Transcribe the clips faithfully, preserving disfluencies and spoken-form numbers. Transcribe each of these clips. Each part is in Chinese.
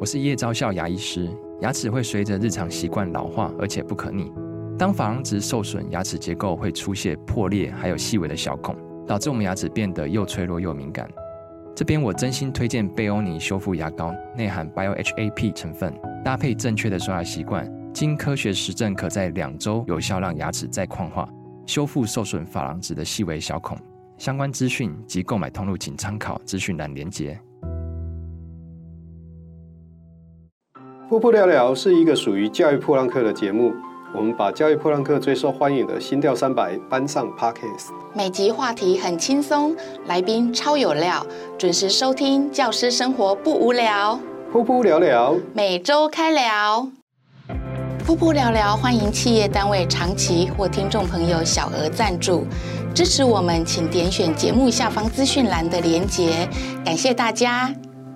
我是叶昭孝牙医师。牙齿会随着日常习惯老化，而且不可逆。当珐琅质受损，牙齿结构会出现破裂，还有细微的小孔，导致我们牙齿变得又脆弱又敏感。这边我真心推荐贝欧尼修复牙膏，内含 B I O H A P 成分，搭配正确的刷牙习惯，经科学实证可在两周有效让牙齿再矿化，修复受损珐琅质的细微小孔。相关资讯及购买通路请参考资讯栏连结。 噗噗聊聊是一个属于教育噗浪客的节目，我们把教育噗浪客最受欢迎的心跳三百搬上 Podcast， 每集话题很轻松，来宾超有料，准时收听，教师生活不无聊。 噗噗聊聊， 每周开聊。噗噗聊聊欢迎企业单位长期或听众朋友小额赞助，支持我们请点选节目下方资讯栏的连结，感谢大家。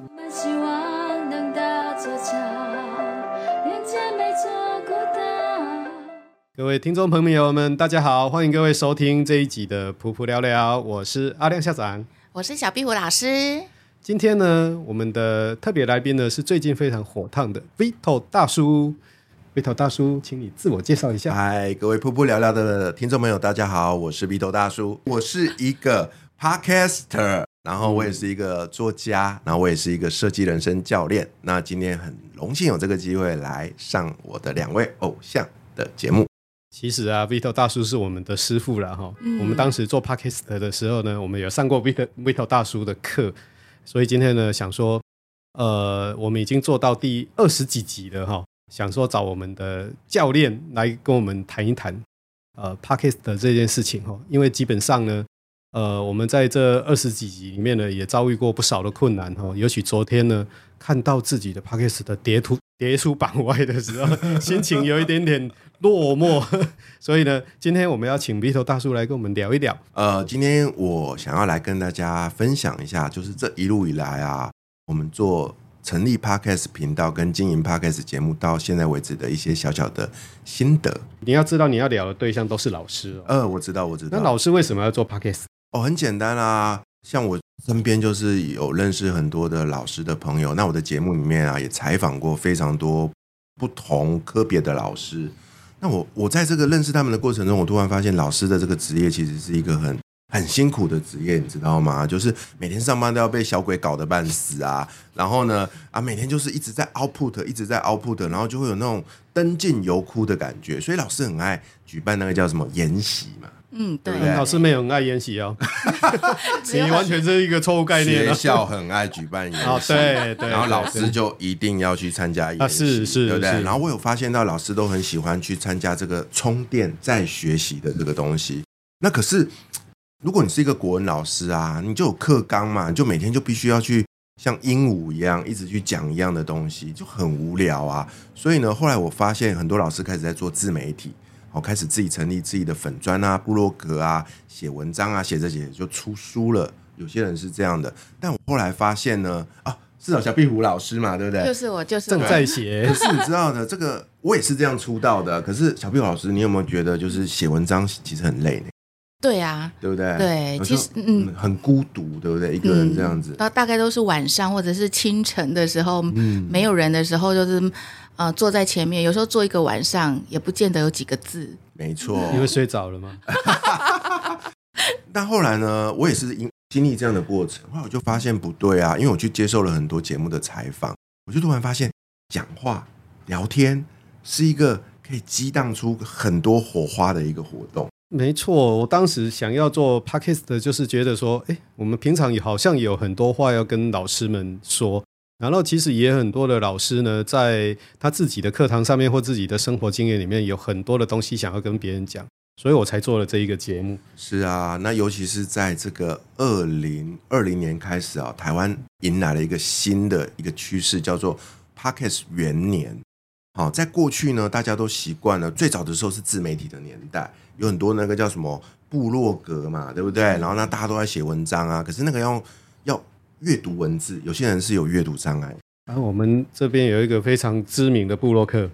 各位听众朋友们大家好，欢迎各位收听这一集的噗噗聊聊，我是阿亮校长， 我是小壁虎老师。 今天呢，我们的特别来宾呢是最近非常火烫的 Vito 大叔。Vito 大叔，请你自我介绍一下。 嗨，各位噗噗聊聊的听众朋友大家好，我是 Vito 大叔，我是一个 podcaster， 然后我也是一个作家，然后我也是一个设计人生教练。那今天很荣幸有这个机会来上我的两位偶像的节目。 其实啊 Vito 大叔是我们的师父啦、嗯、我们当时做 podcast 的时候呢，我们有上过 Vito, Vito 大叔的课，所以今天呢想说呃，我们已经做到第二十几集了，想说找我们的教练来跟我们谈一谈呃 podcast 的这件事情，因为基本上呢呃，我们在这二十几集里面呢也遭遇过不少的困难，尤其昨天呢看到自己的 podcast 的跌出跌出榜外的时候心情有一点点落寞所以呢今天我们要请 Vito 大叔来跟我们聊一聊。 呃，今天我想要来跟大家分享一下，就是这一路以来啊，我们做成立 Podcast 频道跟经营 Podcast 节目到现在为止的一些小小的心得。 你要知道你要聊的对象都是老师、哦、 呃，我知道我知道。 那老师为什么要做 Podcast？ 哦，很简单啊，像我身边就是有认识很多的老师的朋友，那我的节目里面啊也采访过非常多不同科别的老师。那我我在这个认识他们的过程中，我突然发现老师的这个职业其实是一个很很辛苦的职业，你知道吗？就是每天上班都要被小鬼搞得半死啊，然后呢啊，每天就是一直在 output 一直在 output， 然后就会有那种灯尽油枯的感觉，所以老师很爱举办那个叫什么研习嘛。 嗯，对， 对，老师没有很爱研习哦你完全是一个错误概念。 学校很爱举办研习、 哦、对对， 然后老师就一定要去参加研习、啊、 是是， 对不对？然后我有发现到老师都很喜欢去参加这个充电再学习的这个东西。那可是如果你是一个国文老师啊，你就有课纲嘛，你就每天就必须要去像鹦鹉一样一直去讲一样的东西，就很无聊啊。所以呢，后来我发现很多老师开始在做自媒体，开始自己成立自己的粉专啊、部落格啊，写文章啊，写着写着就出书了。有些人是这样的，但我后来发现呢，啊，是小壁虎老师嘛，对不对？ 就是我，就是我正在写。 可是你知道的，这个我也是这样出道的。可是小壁虎老师，你有没有觉得就是写文章其实很累呢？ 对啊， 对不对？ 对，其实嗯， 很孤独，对不对？一个人这样子， 嗯、大概都是晚上或者是清晨的时候，嗯，没有人的时候，就是呃坐在前面，有时候坐一个晚上，也不见得有几个字。 没错， 你会睡着了吗？ 但后来呢，我也是经历这样的过程，后来我就发现不对啊，因为我去接受了很多节目的采访，我就突然发现，讲话聊天是一个可以激荡出很多火花的一个活动。 没错，我当时想要做 podcast 的就是觉得说，哎，我们平常好像有很多话要跟老师们说，然后其实也很多的老师呢，在他自己的课堂上面或自己的生活经验里面有很多的东西想要跟别人讲，所以我才做了这一个节目。 是啊，那尤其是在这个二零二零年开始啊，台湾迎来了一个新的一个趋势，叫做 podcast 元年。好，在过去呢，大家都习惯了，最早的时候是自媒体的年代，有很多那个叫什么部落格嘛，对不对？然后呢，大家都在写文章啊，可是那个要要阅读文字，有些人是有阅读障碍。 然后我们这边有一个非常知名的部落客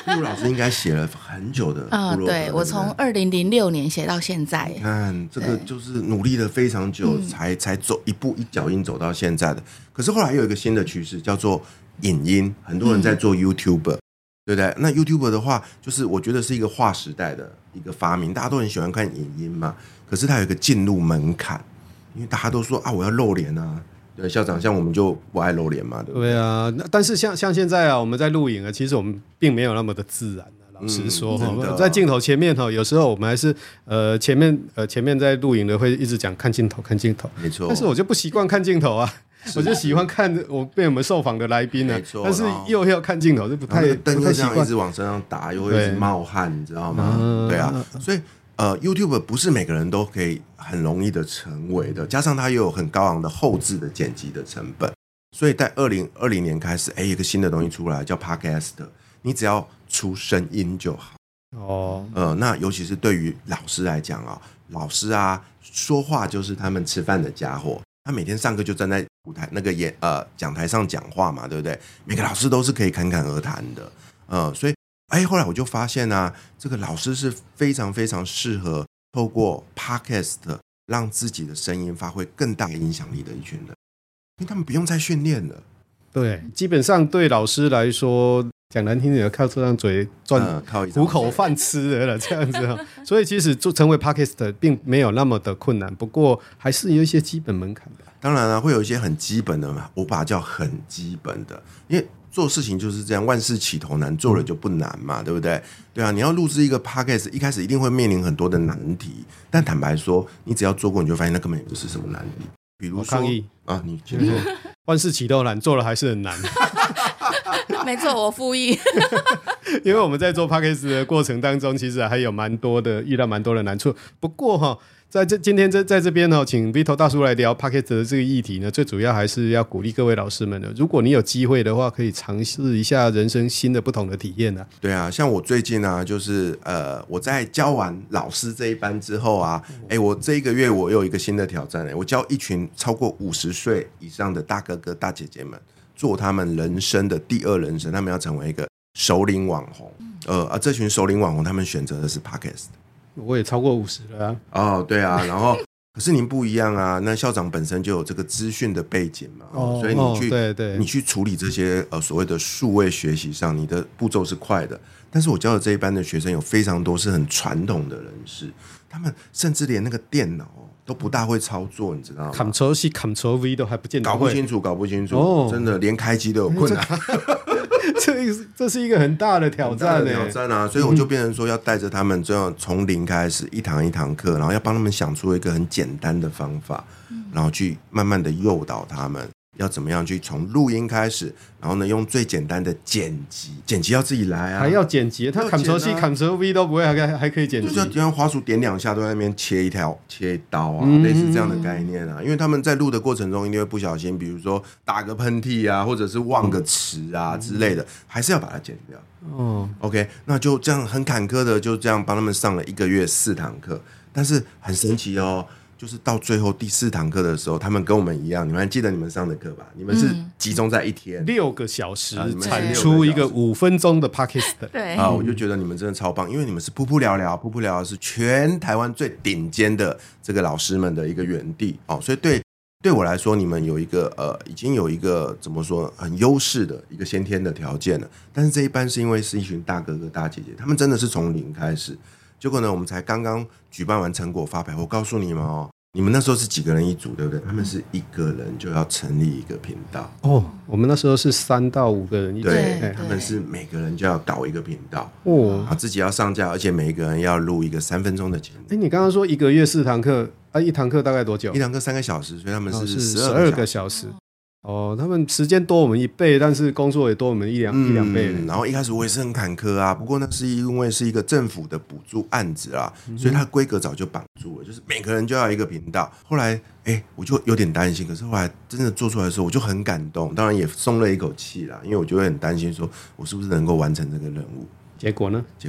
碧如老师应该写了很久的部落格， 嗯，对，我从二零零六年写到现在。 你看这个就是努力了非常久，才才走一步一脚印走到现在的。可是后来有一个新的趋势，叫做影音，很多人在做 YouTuber，、嗯、对不对？那 YouTuber 的话，就是我觉得是一个划时代的一个发明，大家都很喜欢看影音嘛。可是它有一个进入门槛，因为大家都说啊，我要露脸啊。对，校长，像我们就不爱露脸嘛，对不对？ 对啊，但是像像现在啊，我们在录影啊，其实我们并没有那么的自然、啊、老实说、嗯、在镜头前面哈，有时候我们还是呃前面呃前面在录影的会一直讲看镜头看镜头， 没错。 但是我就不习惯看镜头啊。我就喜欢看我被我们受访的来宾啊，但是又要看镜头，就不太灯又这样一直往身上打，又会一直冒汗，你知道吗？嗯、对啊，所以呃 ，YouTube 不是每个人都可以很容易的成为的，加上它又有很高昂的后置的剪辑的成本，所以在二零二零年开始，哎，一个新的东西出来叫 Podcast， 你只要出声音就好。哦，呃，那尤其是对于老师来讲啊，老师啊说话就是他们吃饭的家伙。他每天上课就站在舞台那个演呃讲台上讲话嘛，对不对？每个老师都是可以侃侃而谈的，呃，所以哎，后来我就发现啊，这个老师是非常非常适合透过 Podcast 让自己的声音发挥更大影响力的一群人，因为他们不用再训练了。 对，基本上对老师来说，讲难听点，靠这张嘴赚糊口饭吃的了，这样子。所以其实做成为 Podcast 并没有那么的困难，不过还是有一些基本门槛的。 当然了、啊，会有一些很基本的嘛，我把它叫很基本的，因为做事情就是这样，万事起头难，做了就不难嘛，对不对？对啊，你要录制一个 Podcast， 一开始一定会面临很多的难题，但坦白说，你只要做过，你就发现那根本也不是什么难题。比如说抗议啊，你先说， 万事起头难，做了还是很难。 没错，我复议。 因为我们在做 Podcast 的过程当中，其实还有蛮多的遇到蛮多的难处。不过哈，在这今天在在这边呢，请 Vito 大叔来聊 Podcast 的这个议题呢，最主要还是要鼓励各位老师们的，如果你有机会的话，可以尝试一下人生新的不同的体验啊。 对啊，像我最近啊，就是呃，我在教完老师这一班之后啊，哎，我这一个月我有一个新的挑战，哎，我教一群超过五十岁以上的大哥哥大姐姐们，做他们人生的第二人生，他们要成为一个首领网红。呃啊，这群首领网红，他们选择的是 Podcast。 我也超过五十了啊！ 哦，对啊，然后可是您不一样啊，那校长本身就有这个资讯的背景嘛，哦、所以你去、 哦、对对， 你去处理这些呃所谓的数位学习上，你的步骤是快的。但是我教的这一班的学生有非常多是很传统的人士，他们甚至连那个电脑都不大会操作，你知道吗 ？Ctrl C Ctrl V 都还不见得搞不清楚，搞不清楚，哦、真的连开机都有困难。 这这是一个很大的挑战、欸， 挑战啊！所以我就变成说，要带着他们这样从零开始，一堂一堂课，然后要帮他们想出一个很简单的方法，然后去慢慢的诱导他们，要怎么样去从录音开始，然后呢，用最简单的剪辑，剪辑要自己来啊， 还要剪辑，他 Ctrl C Ctrl V 都不会，还还可以剪辑， 就是要滑鼠点两下，都在那边切一条切一刀啊，嗯、类似这样的概念啊。因为他们在录的过程中，一定会不小心，比如说打个喷嚏啊，或者是忘个词啊、嗯、之类的，还是要把它剪掉。哦 ，OK， 那就这样很坎坷的，就这样帮他们上了一个月四堂课，但是很神奇哦。就是到最后第四堂课的时候，他们跟我们一样，你们还记得你们上的课吧？你们是集中在一天、嗯、 六个小时产出一个五分钟的 podcast。 对啊，我就觉得你们真的超棒，因为你们是噗噗聊聊，噗噗聊聊是全台湾最顶尖的这个老师们的一个园地哦，所以对对我来说，你们有一个呃，已经有一个怎么说很优势的一个先天的条件了。但是这一班是因为是一群大哥哥大姐姐，他们真的是从零开始。结果呢，我们才刚刚举办完成果发表，我告诉你们哦，你们那时候是几个人一组，对不对？他们是一个人就要成立一个频道哦。我们那时候是三到五个人一组， 对，对他们是每个人就要搞一个频道哦，然后自己要上架，而且每一个人要录一个三分钟的节目。 哎，你刚刚说一个月四堂课啊，一堂课大概多久？ 一堂课三个小时，所以他们是十二个小时。哦，他们时间多我们一倍，但是工作也多我们一两、嗯、一两倍。 然后一开始我也是很坎坷啊，不过那是因为是一个政府的补助案子啊，嗯、所以它规格早就绑住了，就是每个人就要一个频道。后来，哎，我就有点担心，可是后来真的做出来的时候，我就很感动，当然也松了一口气啦，因为我就会很担心说，我是不是能够完成这个任务？ 结果呢？ 结果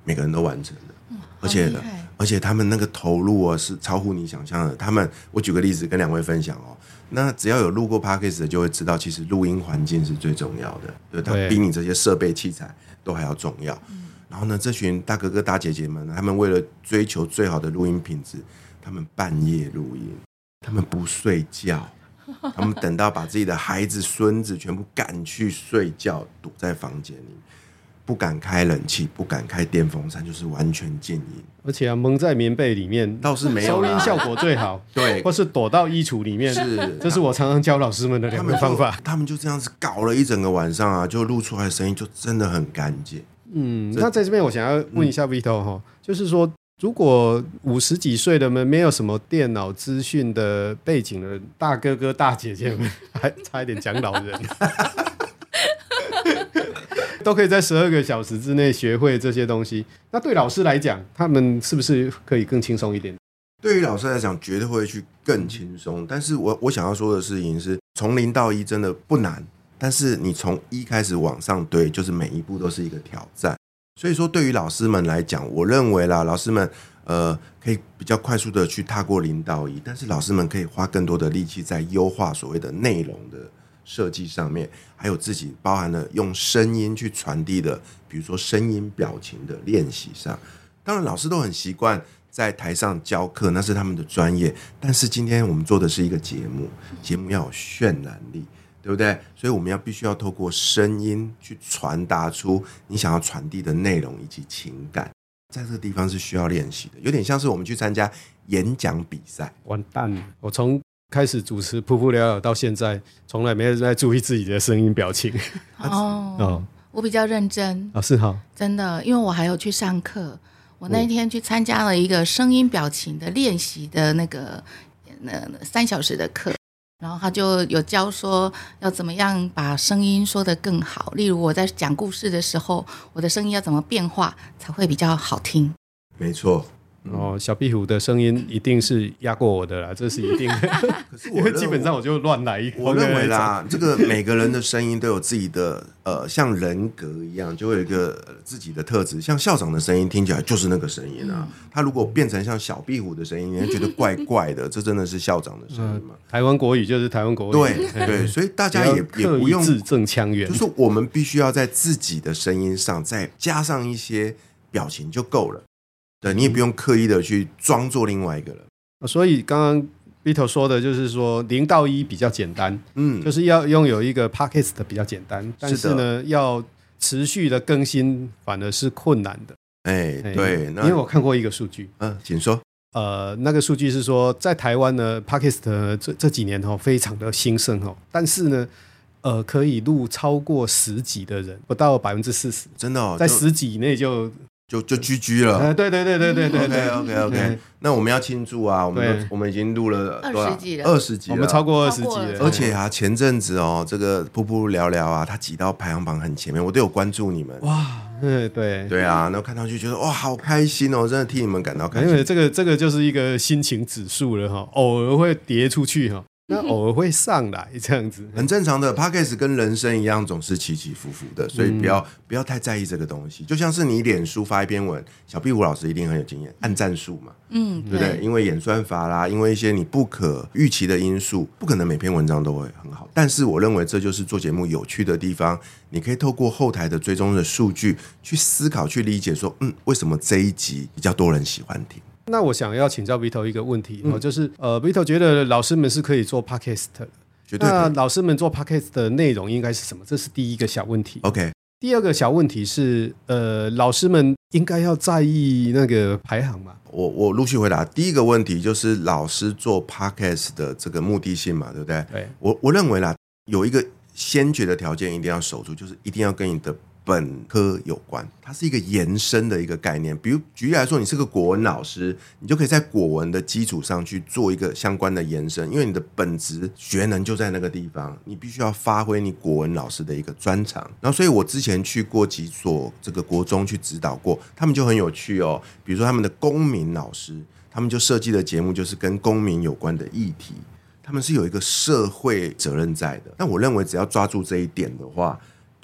每个人都完成了， 嗯、 而且好厉害而且他们那个投入啊是超乎你想象的。他们，我举个例子跟两位分享哦。那只要有录过 Podcast 的就会知道，其实录音环境是最重要的，对，它比你这些设备器材都还要重要。嗯、然后呢，这群大哥哥大姐姐们，他们为了追求最好的录音品质，他们半夜录音，他们不睡觉，他们等到把自己的孩子、孙子全部赶去睡觉，躲在房间里。不敢开冷气，不敢开电风扇，就是完全静音。 而且啊，蒙在棉被里面倒是没有收音效果最好。 对， 或是躲到衣橱里面， 是， 这是我常常教老师们的两个方法。 他们就这样子搞了一整个晚上啊，就录出来的声音就真的很干净。 嗯，那在这边我想要问一下 Vito 哈、嗯，就是说，如果五十几岁的们没有什么电脑资讯的背景的大哥哥大姐姐们，还差一点讲老人。都可以在十二个小时之内学会这些东西。那对老师来讲，他们是不是可以更轻松一点？ 对于老师来讲，绝对会去更轻松。但是我我想要说的事情是，从零到一真的不难，但是你从一开始往上堆，就是每一步都是一个挑战。所以说，对于老师们来讲，我认为啦，老师们呃可以比较快速的去踏过零到一，但是老师们可以花更多的力气在优化所谓的内容的设计上面，还有自己包含了用声音去传递的，比如说声音表情的练习上。当然老师都很习惯在台上教课，那是他们的专业，但是今天我们做的是一个节目，节目要有渲染力，对不对？所以我们要必须要透过声音去传达出你想要传递的内容以及情感，在这个地方是需要练习的，有点像是我们去参加演讲比赛。 完蛋了，我从开始主持噗噗聊聊到现在，从来没有在注意自己的声音表情。 哦，哦我比较认真。 哦，是哈， 真的，因为我还有去上课。我那一天去参加了一个声音表情的练习的那个那三小时的课，然后他就有教说要怎么样把声音说得更好。例如我在讲故事的时候，我的声音要怎么变化才会比较好听。 没错。 哦，小壁虎的声音一定是压过我的啦，这是一定的。可是我因为基本上我就乱来一。 我认为啦，这个每个人的声音都有自己的呃，像人格一样，就会有一个、呃、自己的特质。像校长的声音听起来就是那个声音啊，嗯、他如果变成像小壁虎的声音，你会觉得怪怪的。这真的是校长的声音吗？ 嗯、台湾国语就是台湾国语。 对对，所以大家也也不用字正腔圆， 就是我们必须要在自己的声音上再加上一些表情就够了。对，你也不用刻意的去装作另外一个人。 所以刚刚 Vito 说的就是说零到一比较简单，嗯，就是要拥有一个 podcast 比较简单，但是呢要持续的更新反而是困难的。 哎、欸，对， 因为我看过一个数据， 嗯，请说。 呃，那个数据是说在台湾呢 podcast 这这几年哦非常的兴盛哦，但是呢呃可以录超过十集的人不到百分之四十， 真的哦， 在十集以内就。 就就 G G 了、 呃，对对对对对对对 ，OK OK OK， 那我们要庆祝啊！我们我们已经录了二十集了， 二十集了， 我们超过二十集了。 而且啊，前阵子哦，这个噗噗聊聊啊，它挤到排行榜很前面，我都有关注你们。 哇，嗯，对对啊，然后看上去觉得哇，好开心哦，真的替你们感到开心。 因为这个这个就是一个心情指数了哈，偶尔会跌出去哈。那偶尔会上来这样子， 很正常的。Podcast 跟人生一样，总是起起伏伏的，所以不要、嗯、不要太在意这个东西。就像是你脸书发一篇文，小壁虎老师一定很有经验，按赞数嘛，嗯，对不对？因为演算法啦，因为一些你不可预期的因素，不可能每篇文章都会很好。但是我认为这就是做节目有趣的地方，你可以透过后台的追踪的数据去思考、去理解说，嗯，为什么这一集比较多人喜欢听。 那我想要请教 Vito 一个问题、嗯、就是呃 Vito 觉得老师们是可以做 podcast 的， 绝对。 那老师们做 podcast 的内容应该是什么？这是第一个小问题。 OK， 第二个小问题是呃老师们应该要在意那个排行吗？ 我我陆续回答。第一个问题就是老师做 podcast 的这个目的性嘛，对不对？ 对， 我我认为啦，有一个先决的条件一定要守住，就是一定要跟你的本科有关，它是一个延伸的一个概念。比如举例来说，你是个国文老师，你就可以在国文的基础上去做一个相关的延伸，因为你的本职学能就在那个地方，你必须要发挥你国文老师的一个专长。然后所以我之前去过几所这个国中去指导过，他们就很有趣哦。比如说他们的公民老师，他们就设计的节目就是跟公民有关的议题，他们是有一个社会责任在的。但我认为只要抓住这一点的话，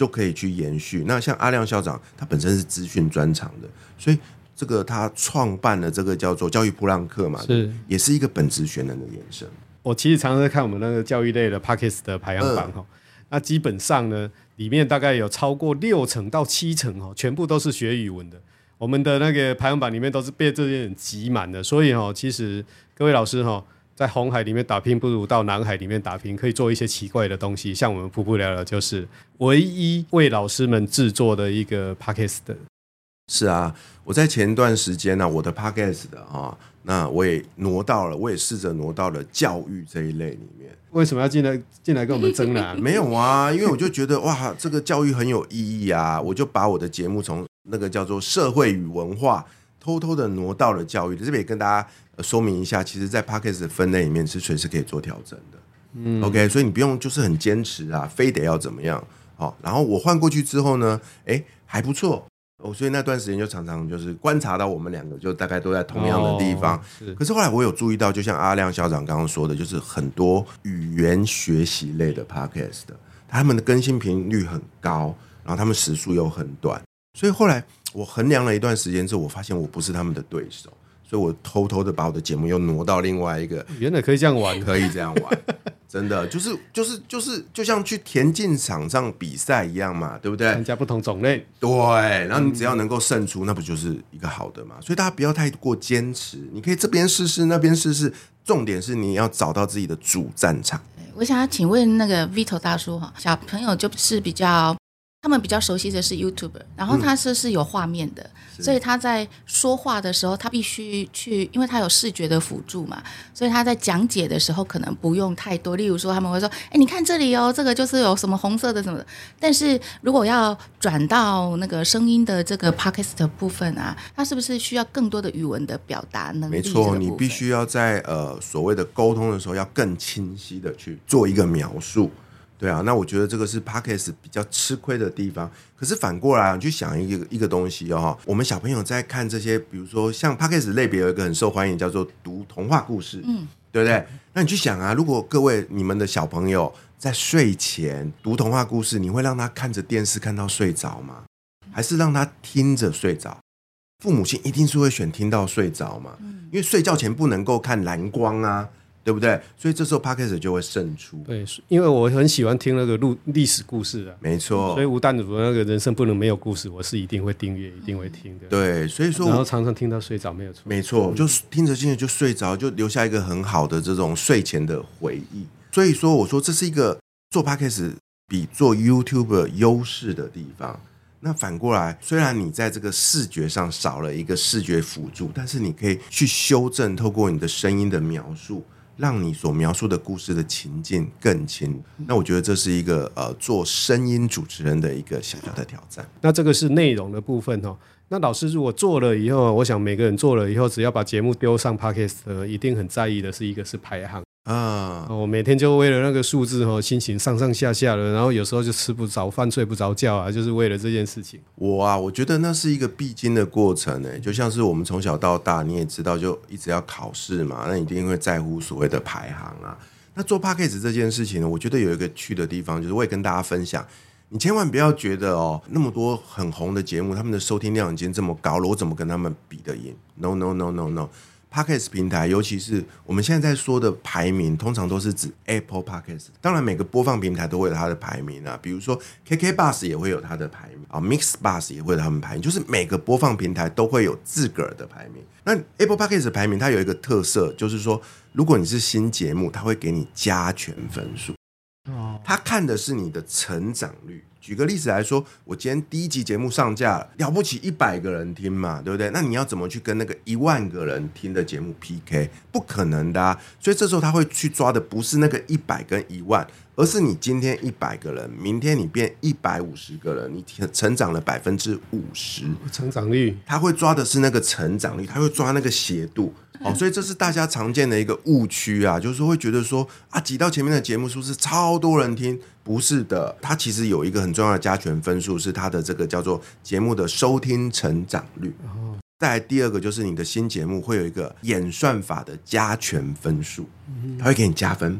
就可以去延续。那像阿亮校长他本身是资讯专长的，所以这个他创办了这个叫做教育噗浪客嘛，是也是一个本质学能的延伸。 我其实常常在看我们那个教育类的 Podcast 的排行榜、嗯、那基本上呢里面大概有超过六成到七成全部都是学语文的，我们的那个排行榜里面都是被这些人挤满的。所以其实各位老师在红海里面打拼不如到南海里面打拼，可以做一些奇怪的东西。像我们噗噗聊聊就是唯一为老师们制作的一个 Podcast。 是啊，我在前段时间呢、啊，我的 podcast 的啊，那我也挪到了，我也试着挪到了教育这一类里面。 为什么要进来进来跟我们争呢？ 没有啊，因为我就觉得哇，这个教育很有意义啊，我就把我的节目从那个叫做社会与文化偷偷的挪到了教育。这边也跟大家说明一下，其实在 podcast 的分类里面是随时可以做调整的。嗯 ，OK， 所以你不用就是很坚持啊，非得要怎么样。好，然后我换过去之后呢，哎，还不错。哦、所以那段时间就常常就是观察到我们两个就大概都在同样的地方、哦、是可是后来我有注意到，就像阿亮校长刚刚说的，就是很多语言学习类的 podcast 的他们的更新频率很高，然后他们时数又很短，所以后来我衡量了一段时间之后，我发现我不是他们的对手，所以我偷偷的把我的节目又挪到另外一个， 原来可以这样玩， 可以这样玩真的就是就是就是就像去田径场上比赛一样嘛，对不对？ 参加不同种类， 对，然后你只要能够胜出、嗯、那不就是一个好的嘛？所以大家不要太过坚持，你可以这边试试那边试试，重点是你要找到自己的主战场。 我想要请问那个 Vito 大叔，小朋友就是比较他们比较熟悉的是 YouTuber， 然后他是是有画面的、嗯、所以他在说话的时候他必须去，因为他有视觉的辅助嘛，所以他在讲解的时候可能不用太多，例如说他们会说哎，你看这里哦，这个就是有什么红色的什么的，但是如果要转到那个声音的这个 Podcast 的部分啊，他是不是需要更多的语文的表达能力？ 没错，你必须要在呃所谓的沟通的时候要更清晰的去做一个描述。对啊，那我觉得这个是 Podcast 比较吃亏的地方。可是反过来，你去想一个一个东西哦，我们小朋友在看这些，比如说像 Podcast 类别有一个很受欢迎，叫做读童话故事，嗯，对不对？那你去想啊，如果各位你们的小朋友在睡前读童话故事，你会让他看着电视看到睡着吗？还是让他听着睡着？父母亲一定是会选听到睡着嘛，因为睡觉前不能够看蓝光啊。对不对？所以这时候 Podcast 就会胜出。 对，因为我很喜欢听那个历史故事啊， 没错。 所以吴淡如的那个人生不能没有故事，我是一定会订阅，一定会听的。 对，所以说， 然后常常听到睡着，没有错， 没错，就听着听着就睡着，就留下一个很好的这种睡前的回忆。所以说，我说这是一个做 Podcast 比做 YouTuber 优势的地方。那反过来，虽然你在这个视觉上少了一个视觉辅助，但是你可以去修正，透过你的声音的描述。让你所描述的故事的情境更轻，那我觉得这是一个呃做声音主持人的一个小小的挑战。 那这个是内容的部分哦。那老师如果做了以后，我想每个人做了以后，只要把节目丢上 Podcast， 一定很在意的是一个是排行啊。我每天就为了那个数字哦，心情上上下下的，然后有时候就吃不着饭，睡不着觉啊，就是为了这件事情。 我啊，我觉得那是一个必经的过程诶，就像是我们从小到大，你也知道，就一直要考试嘛，那你一定会在乎所谓的排行啊。那做 Podcast 这件事情呢，我觉得有一个趣的地方，就是我也跟大家分享。你千万不要觉得哦，那么多很红的节目，他们的收听量已经这么高了，我怎么跟他们比得赢 ？No No No No No。Podcast 平台，尤其是我们现在在说的排名，通常都是指 Apple Podcast。当然，每个播放平台都会有它的排名啊，比如说 K K Bus 也会有它的排名啊 ，Mix Bus 也会有他们排名，就是每个播放平台都会有自个儿的排名。那 Apple Podcast 的排名，它有一个特色，就是说，如果你是新节目，它会给你加权分数。哦，他看的是你的成长率。举个例子来说，我今天第一集节目上架了，了不起一百个人听嘛，对不对？那你要怎么去跟那个一万个人听的节目 P K？ 不可能的啊！所以这时候他会去抓的不是那个一百跟一万，而是你今天一百个人，明天你变一百五十个人，你成长了百分之五十， 成长率。 他会抓的是那个成长率，他会抓那个斜度。哦，所以这是大家常见的一个误区啊，就是说会觉得说啊，挤到前面的节目是不是超多人听？不是的，它其实有一个很重要的加权分数，是它的这个叫做节目的收听成长率。哦，再来第二个就是你的新节目会有一个演算法的加权分数，它会给你加分。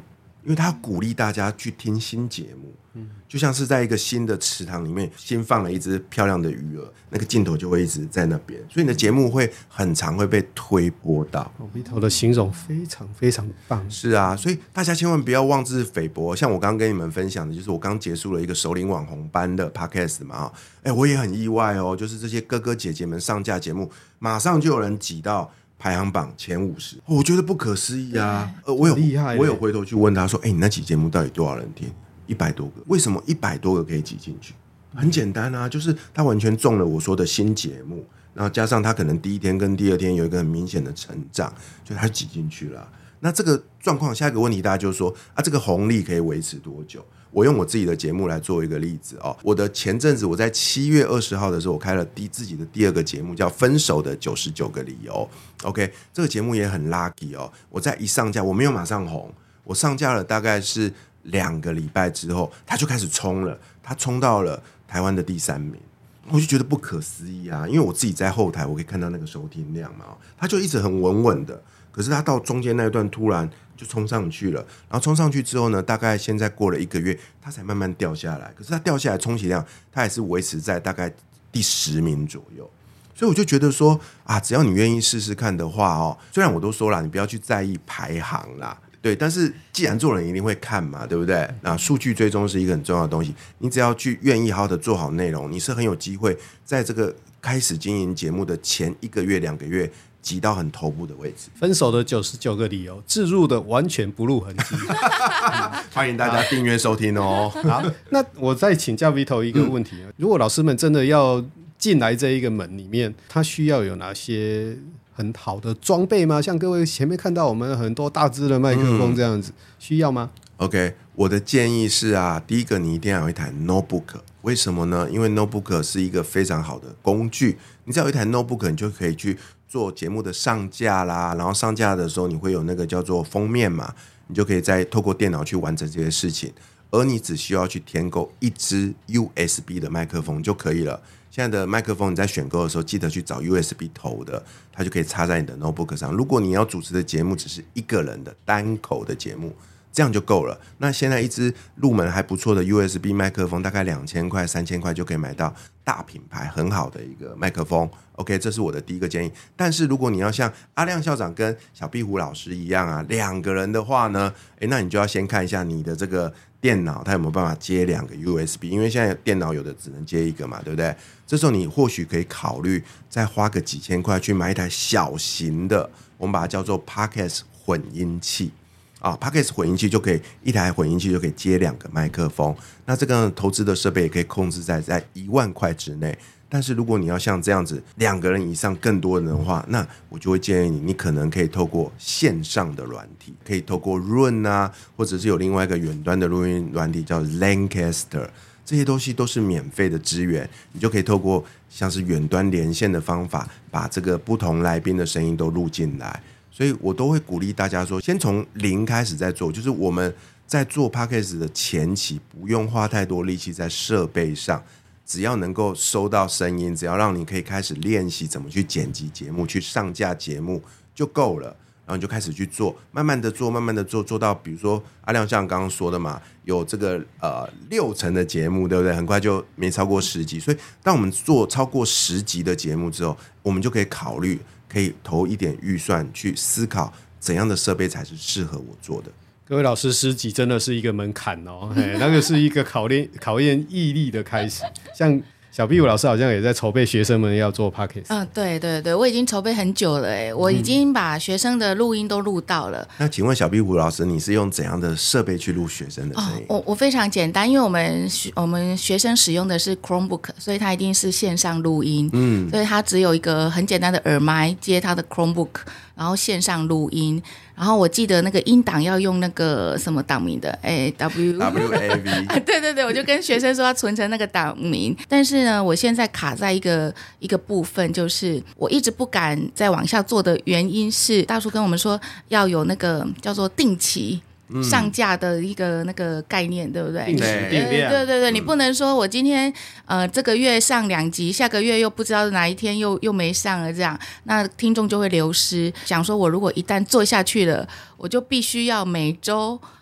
因为他要鼓励大家去听新节目，嗯，就像是在一个新的池塘里面新放了一只漂亮的鱼儿，那个镜头就会一直在那边，所以你的节目会很常会被推播到。 Vito 的形容非常非常棒。 是啊，所以大家千万不要妄自菲薄。像我刚刚跟你们分享的，就是我刚结束了一个首领网红班的 podcast 嘛，哎，我也很意外哦，就是这些哥哥姐姐们上架节目，马上就有人挤到排行榜前五十，我觉得不可思议啊！呃，我有厉害， 我有回头去问他说：“哎、欸，你那期节目到底多少人听？一百多个，为什么一百多个可以挤进去？很简单啊，就是他完全中了我说的新节目，然后加上他可能第一天跟第二天有一个很明显的成长，所以他挤进去了。那这个状况，下一个问题大家就说啊，这个红利可以维持多久？我用我自己的节目来做一个例子哦。我的前阵子我在七月二十号的时候，我开了第自己的第二个节目，叫《分手的九十九个理由》。OK， 这个节目也很 lucky 哦。我在一上架，我没有马上红，我上架了大概是两个礼拜之后，它就开始冲了，它冲到了台湾的第三名。我就觉得不可思议啊，因为我自己在后台，我可以看到那个收听量嘛，它就一直很稳稳的。可是它到中间那一段突然就冲上去了，然后冲上去之后呢，大概现在过了一个月，它才慢慢掉下来。可是它掉下来充其量，它也是维持在大概第十名左右。所以我就觉得说啊，只要你愿意试试看的话哦，虽然我都说了，你不要去在意排行啦，对，但是既然做人一定会看嘛，对不对？那数据追踪是一个很重要的东西，你只要去愿意好好的做好内容，你是很有机会在这个开始经营节目的前一个月、两个月。挤到很头部的位置。 分手的九十九个理由，置入的完全不露痕迹。 欢迎大家订阅收听哦。 好，那我再请教 Vito 一个问题、嗯、如果老师们真的要进来这一个门里面，他需要有哪些很好的装备吗？像各位前面看到我们很多大支的麦克风这样子、嗯、需要吗？ OK， 我的建议是啊，第一个你一定要有一台 notebook。 为什么呢？因为 notebook 是一个非常好的工具，你只要有一台 notebook， 你就可以去做节目的上架啦，然后上架的时候你会有那个叫做封面嘛，你就可以再透过电脑去完成这些事情，而你只需要去添购一支 U S B 的麦克风就可以了。现在的麦克风你在选购的时候记得去找 U S B 头的，它就可以插在你的 notebook 上。如果你要主持的节目只是一个人的单口的节目，这样就够了。那现在一支入门还不错的 U S B 麦克风，大概两千块、三千块就可以买到大品牌很好的一个麦克风。OK， 这是我的第一个建议。但是如果你要像阿亮校长跟小壁虎老师一样啊，两个人的话呢，诶，那你就要先看一下你的这个电脑它有没有办法接两个 U S B， 因为现在电脑有的只能接一个嘛，对不对？这时候你或许可以考虑再花个几千块去买一台小型的，我们把它叫做 Podcast 混音器。啊 Podcast 混音器就可以，一台混音器就可以接两个麦克风。那这个投资的设备也可以控制在在一万块之内。但是如果你要像这样子两个人以上更多人的话，那我就会建议你，你可能可以透过线上的软体，可以透过 Room 啊，或者是有另外一个远端的录音软体叫 Lancaster， 这些东西都是免费的资源，你就可以透过像是远端连线的方法，把这个不同来宾的声音都录进来。所以我都会鼓励大家说，先从零开始在做，就是我们在做 Podcast 的前期不用花太多力气在设备上，只要能够收到声音，只要让你可以开始练习怎么去剪辑节目，去上架节目就够了。然后你就开始去做，慢慢的做，慢慢的做，做到比如说阿亮像刚刚说的嘛，有这个呃六成的节目，对不对？很快就没超过十集，所以当我们做超过十集的节目之后，我们就可以考虑。可以投一点预算去思考怎样的设备才是适合我做的。 各位老师，十集真的是一个门槛哦，那个是一个考验考验毅力的开始。像小壁虎老师好像也在筹备学生们要做 Podcast。 嗯，对对对，我已经筹备很久了哎，我已经把学生的录音都录到了。 那请问小壁虎老师，你是用怎样的设备去录学生的声音？ 哦、我我非常简单，因为我们我们学生使用的是 Chromebook， 所以它一定是线上录音。嗯，所以它只有一个很简单的耳麦接它的 Chromebook， 然后线上录音。然后我记得那个音档要用那个什么档名的，哎 ，W W A V， 对对对，我就跟学生说要存成那个档名。但是呢，我现在卡在一个一个部分，就是我一直不敢再往下做的原因是，大叔跟我们说要有那个叫做定期。上架的一个那个概念，对不对？ 定时定量， 对对对，你不能说我今天呃这个月上两集，下个月又不知道哪一天又又没上了，这样那听众就会流失。想说我如果一旦做下去了，我就必须要每周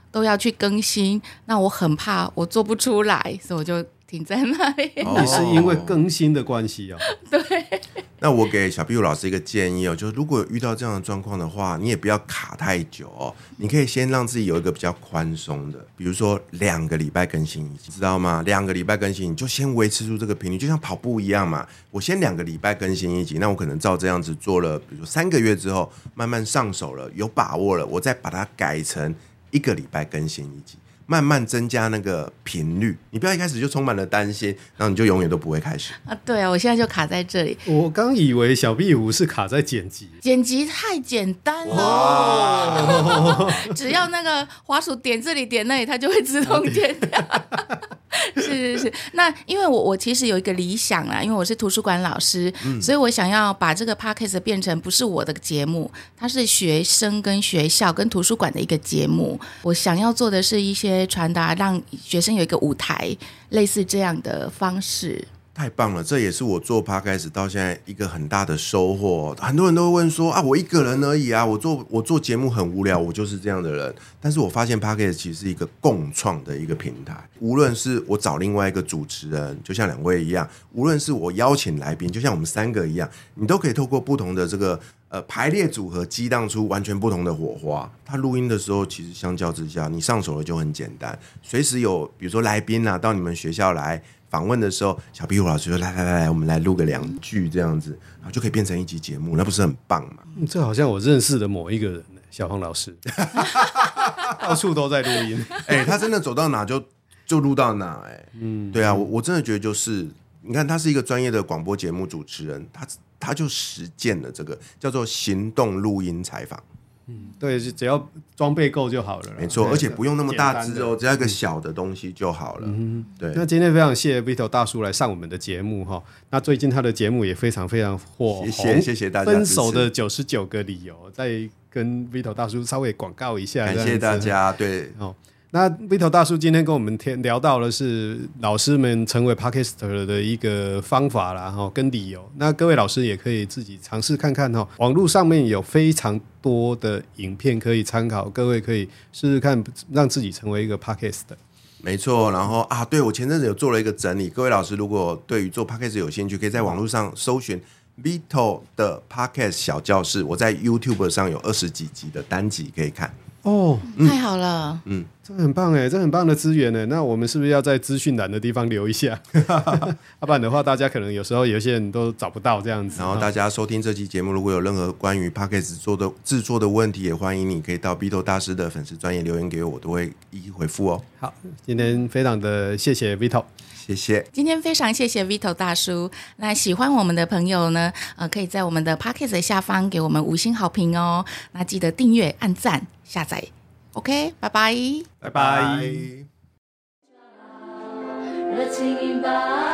都要去更新，那我很怕我做不出来，所以我就停在那里。 也是因为更新的关系哦。 对。 那我给小壁虎老师一个建议哦，就是如果遇到这样的状况的话，你也不要卡太久哦，你可以先让自己有一个比较宽松的，比如说两个礼拜更新一集，知道吗？两个礼拜更新，你就先维持住这个频率，就像跑步一样嘛。我先两个礼拜更新一集，那我可能照这样子做了，比如说三个月之后，慢慢上手了，有把握了，我再把它改成一个礼拜更新一集。慢慢增加那个频率，你不要一开始就充满了担心，然后你就永远都不会开始啊！对啊，我现在就卡在这里。 我刚以为小壁虎是卡在剪辑， 剪辑太简单了，只要那个滑鼠点这里点那里，它就会自动剪掉。是是是，那因为我我其实有一个理想啦，因为我是图书馆老师，嗯、所以我想要把这个 podcast 变成不是我的节目，它是学生跟学校跟图书馆的一个节目。我想要做的是一些传达，让学生有一个舞台，类似这样的方式。 太棒了，这也是我做 podcast 到现在一个很大的收获。很多人都会问说啊，我一个人而已啊，我做我做节目很无聊，我就是这样的人。但是我发现 podcast 其实是一个共创的一个平台，无论是我找另外一个主持人，就像两位一样，无论是我邀请来宾，就像我们三个一样，你都可以透过不同的这个呃排列组合，激荡出完全不同的火花。它录音的时候，其实相较之下，你上手了就很简单，随时有比如说来宾啊到你们学校来访问的时候，小壁虎老师说来来来来，我们来录个两句这样子，然后就可以变成一集节目，那不是很棒吗？ 嗯、这好像我认识的某一个人，小黄老师，到处都在录音。 哎、欸，他真的走到哪就就录到哪、欸，哎，嗯，对啊，我我真的觉得就是，你看他是一个专业的广播节目主持人，他他就实践了这个叫做行动录音采访。 嗯，对，只要装备够就好了。 没错，而且不用那么大只哦，只要一个小的东西就好了。嗯，对。 那今天非常谢谢 Vito 大叔来上我们的节目哈。那最近他的节目也非常非常火红， 谢谢谢谢大家。 分手的九十九个理由，再跟 Vito 大叔稍微广告一下， 感谢大家。对， 哦。那 Vito 大叔今天跟我们聊到的是老师们成为 Podcaster 的一个方法啦，跟理由。那各位老师也可以自己尝试看看，网络上面有非常多的影片可以参考，各位可以试试看，让自己成为一个 Podcaster。 没错，然后啊，对，我前阵子有做了一个整理，各位老师如果对于做 Podcast 有兴趣，可以在网络上搜寻 Vito 的 Podcast 小教室，我在 YouTube 上有二十几集的单集可以看。 哦、 嗯，太好了， 嗯，这很棒哎，这很棒的资源呢。那我们是不是要在资讯栏的地方留一下？要不然的话，大家可能有时候有些人都找不到这样子。 然后大家收听这期节目，如果有任何关于 Podcast 做的制作的问题，也欢迎你可以到 Vito 大师的粉丝专页留言给我，我都会一一回复哦。 好，今天非常的谢谢 Vito。 谢谢， 今天非常谢谢 Vito 大叔。那喜欢我们的朋友呢，呃，可以在我们的 Podcast 下方给我们五星好评哦。那记得订阅、按赞、下载。OK， 拜拜， 拜拜。 热情引爆。